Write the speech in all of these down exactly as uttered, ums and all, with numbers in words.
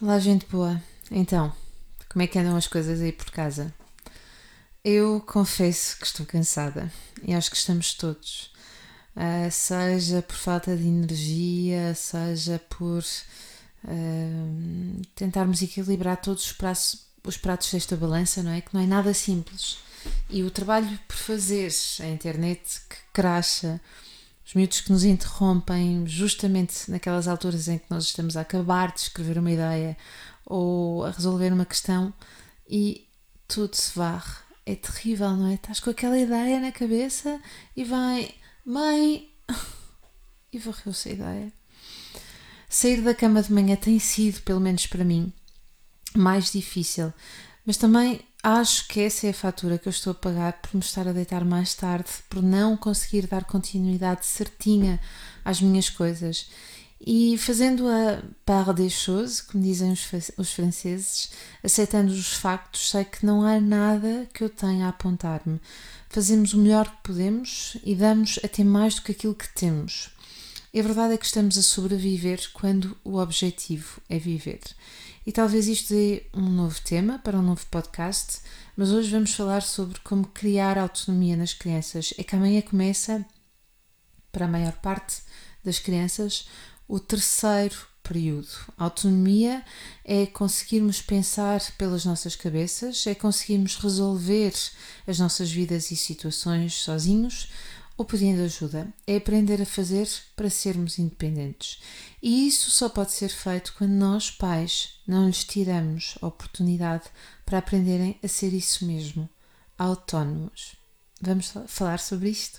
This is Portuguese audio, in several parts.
Olá, gente boa. Então, como é que andam as coisas aí por casa? Eu confesso que estou cansada e acho que estamos todos. Ah, seja por falta de energia, seja por ah, tentarmos equilibrar todos os pratos, os pratos desta balança, não é? Que não é nada simples. E o trabalho por fazer, a internet que cracha, os miúdos que nos interrompem justamente naquelas alturas em que nós estamos a acabar de escrever uma ideia ou a resolver uma questão e tudo se varre. É terrível, não é? Estás com aquela ideia na cabeça e vai, mãe, e varreu-se a ideia. Sair da cama de manhã tem sido, pelo menos para mim, mais difícil, mas também acho que essa é a fatura que eu estou a pagar por me estar a deitar mais tarde, por não conseguir dar continuidade certinha às minhas coisas. E fazendo a part des choses, como dizem os, os franceses, aceitando os factos, sei que não há nada que eu tenha a apontar-me. Fazemos o melhor que podemos e damos até mais do que aquilo que temos. E a verdade é que estamos a sobreviver quando o objetivo é viver. E talvez isto dê um novo tema para um novo podcast, mas hoje vamos falar sobre como criar autonomia nas crianças. É que amanhã começa, para a maior parte das crianças, o terceiro período. A autonomia é conseguirmos pensar pelas nossas cabeças, é conseguirmos resolver as nossas vidas e situações sozinhos ou pedindo ajuda. É aprender a fazer para sermos independentes. E isso só pode ser feito quando nós, pais, não lhes tiramos a oportunidade para aprenderem a ser isso mesmo, autónomos. Vamos falar sobre isto?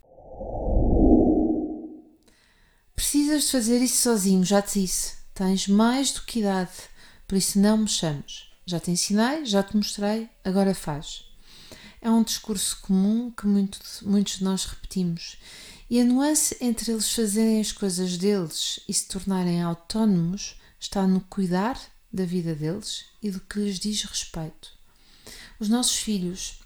Precisas de fazer isso sozinho, já te disse. Tens mais do que idade, por isso não me chames. Já te ensinei, já te mostrei, agora faz. É um discurso comum que muito, muitos de nós repetimos. E a nuance entre eles fazerem as coisas deles e se tornarem autónomos está no cuidar da vida deles e do que lhes diz respeito. Os nossos filhos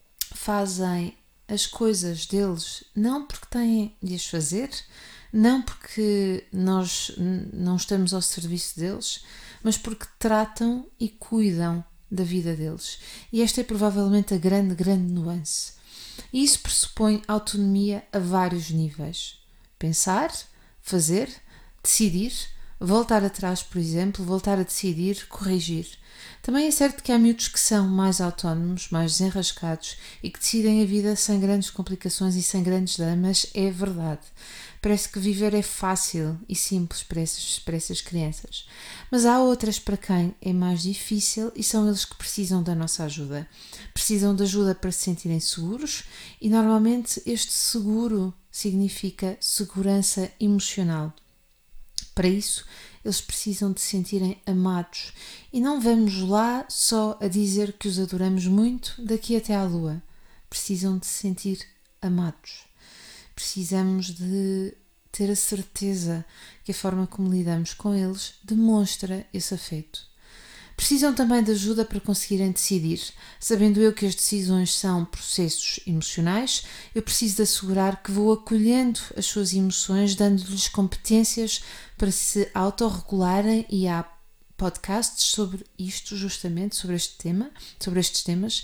fazem as coisas deles não porque têm de as fazer, não porque nós não estamos ao serviço deles, mas porque tratam e cuidam da vida deles. E esta é provavelmente a grande, grande nuance. E isso pressupõe autonomia a vários níveis. Pensar, fazer, decidir, voltar atrás, por exemplo, voltar a decidir, corrigir. Também é certo que há miúdos que são mais autónomos, mais desenrascados e que decidem a vida sem grandes complicações e sem grandes dramas, é verdade. Parece que viver é fácil e simples para essas, para essas crianças. Mas há outras para quem é mais difícil e são eles que precisam da nossa ajuda. Precisam de ajuda para se sentirem seguros e normalmente este seguro significa segurança emocional. Para isso, eles precisam de se sentirem amados. E não vamos lá só a dizer que os adoramos muito daqui até à lua. Precisam de se sentir amados. Precisamos de ter a certeza que a forma como lidamos com eles demonstra esse afeto. Precisam também de ajuda para conseguirem decidir. Sabendo eu que as decisões são processos emocionais, eu preciso de assegurar que vou acolhendo as suas emoções, dando-lhes competências para se autorregularem, e há podcasts sobre isto, justamente, sobre este tema, sobre estes temas.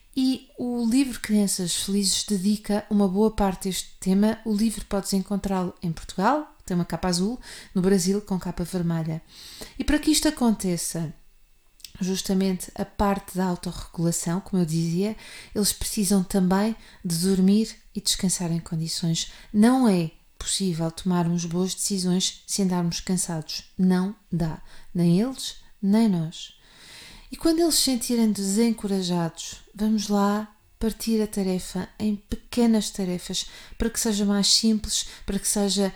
E o livro Crianças Felizes dedica uma boa parte deste tema. O livro podes encontrá-lo em Portugal, tem uma capa azul, no Brasil com capa vermelha. E para que isto aconteça, justamente a parte da autorregulação, como eu dizia, eles precisam também de dormir e descansar em condições. Não é possível tomarmos boas decisões sem andarmos cansados. Não dá. Nem eles, nem nós. E quando eles se sentirem desencorajados, vamos lá partir a tarefa em pequenas tarefas para que seja mais simples, para que seja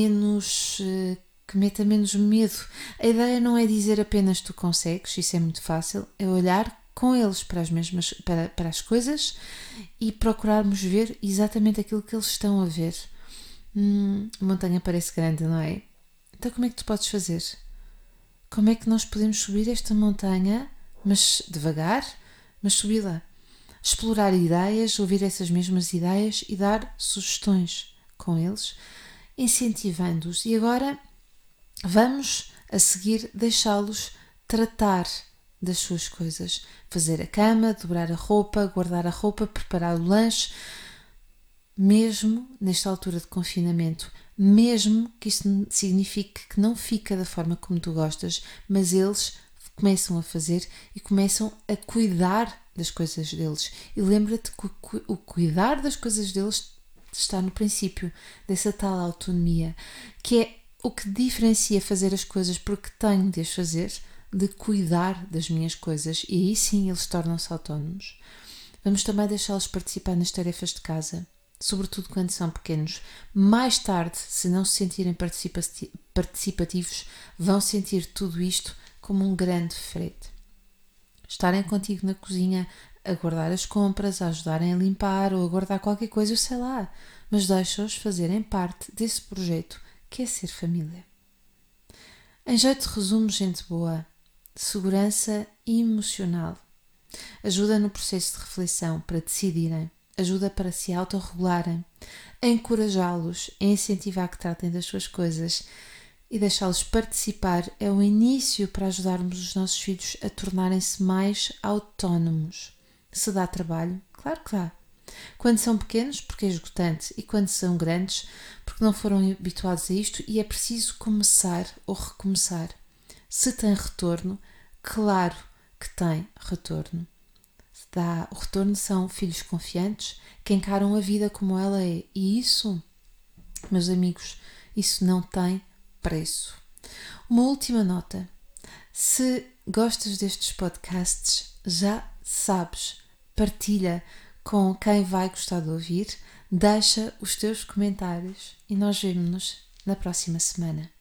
menos, que meta menos medo. A ideia não é dizer apenas tu consegues, isso é muito fácil, é olhar com eles para as mesmas, para, para as coisas e procurarmos ver exatamente aquilo que eles estão a ver. Hum, a montanha parece grande, não é? Então como é que tu podes fazer? Como é que nós podemos subir esta montanha, mas devagar, mas subir lá? Explorar ideias, ouvir essas mesmas ideias e dar sugestões com eles, incentivando-os. E agora vamos a seguir deixá-los tratar das suas coisas. Fazer a cama, dobrar a roupa, guardar a roupa, preparar o lanche, mesmo nesta altura de confinamento, mesmo que isto signifique que não fica da forma como tu gostas, mas eles começam a fazer e começam a cuidar das coisas deles. E lembra-te que o cuidar das coisas deles está no princípio dessa tal autonomia, que é o que diferencia fazer as coisas porque tenho de as fazer, de cuidar das minhas coisas, e aí sim eles tornam-se autónomos. Vamos também deixá-los participar nas tarefas de casa, sobretudo quando são pequenos. Mais tarde, se não se sentirem participativos, vão sentir tudo isto como um grande frete. Estarem contigo na cozinha a guardar as compras, a ajudarem a limpar ou a guardar qualquer coisa, eu sei lá, mas deixa-os fazerem parte desse projeto que é ser família. Em jeito de resumo, gente boa, segurança emocional. Ajuda no processo de reflexão para decidirem, ajuda para se autorregularem, a encorajá-los, a incentivar que tratem das suas coisas e deixá-los participar é o início para ajudarmos os nossos filhos a tornarem-se mais autónomos. Se dá trabalho, claro que dá. Quando são pequenos, porque é esgotante, e quando são grandes, porque não foram habituados a isto e é preciso começar ou recomeçar. Se tem retorno, claro que tem retorno. Se dá, o retorno são filhos confiantes que encaram a vida como ela é. E isso, meus amigos, isso não tem preço. Uma última nota. Se gostas destes podcasts, já sabes, partilha com quem vai gostar de ouvir, deixa os teus comentários e nós vemo-nos na próxima semana.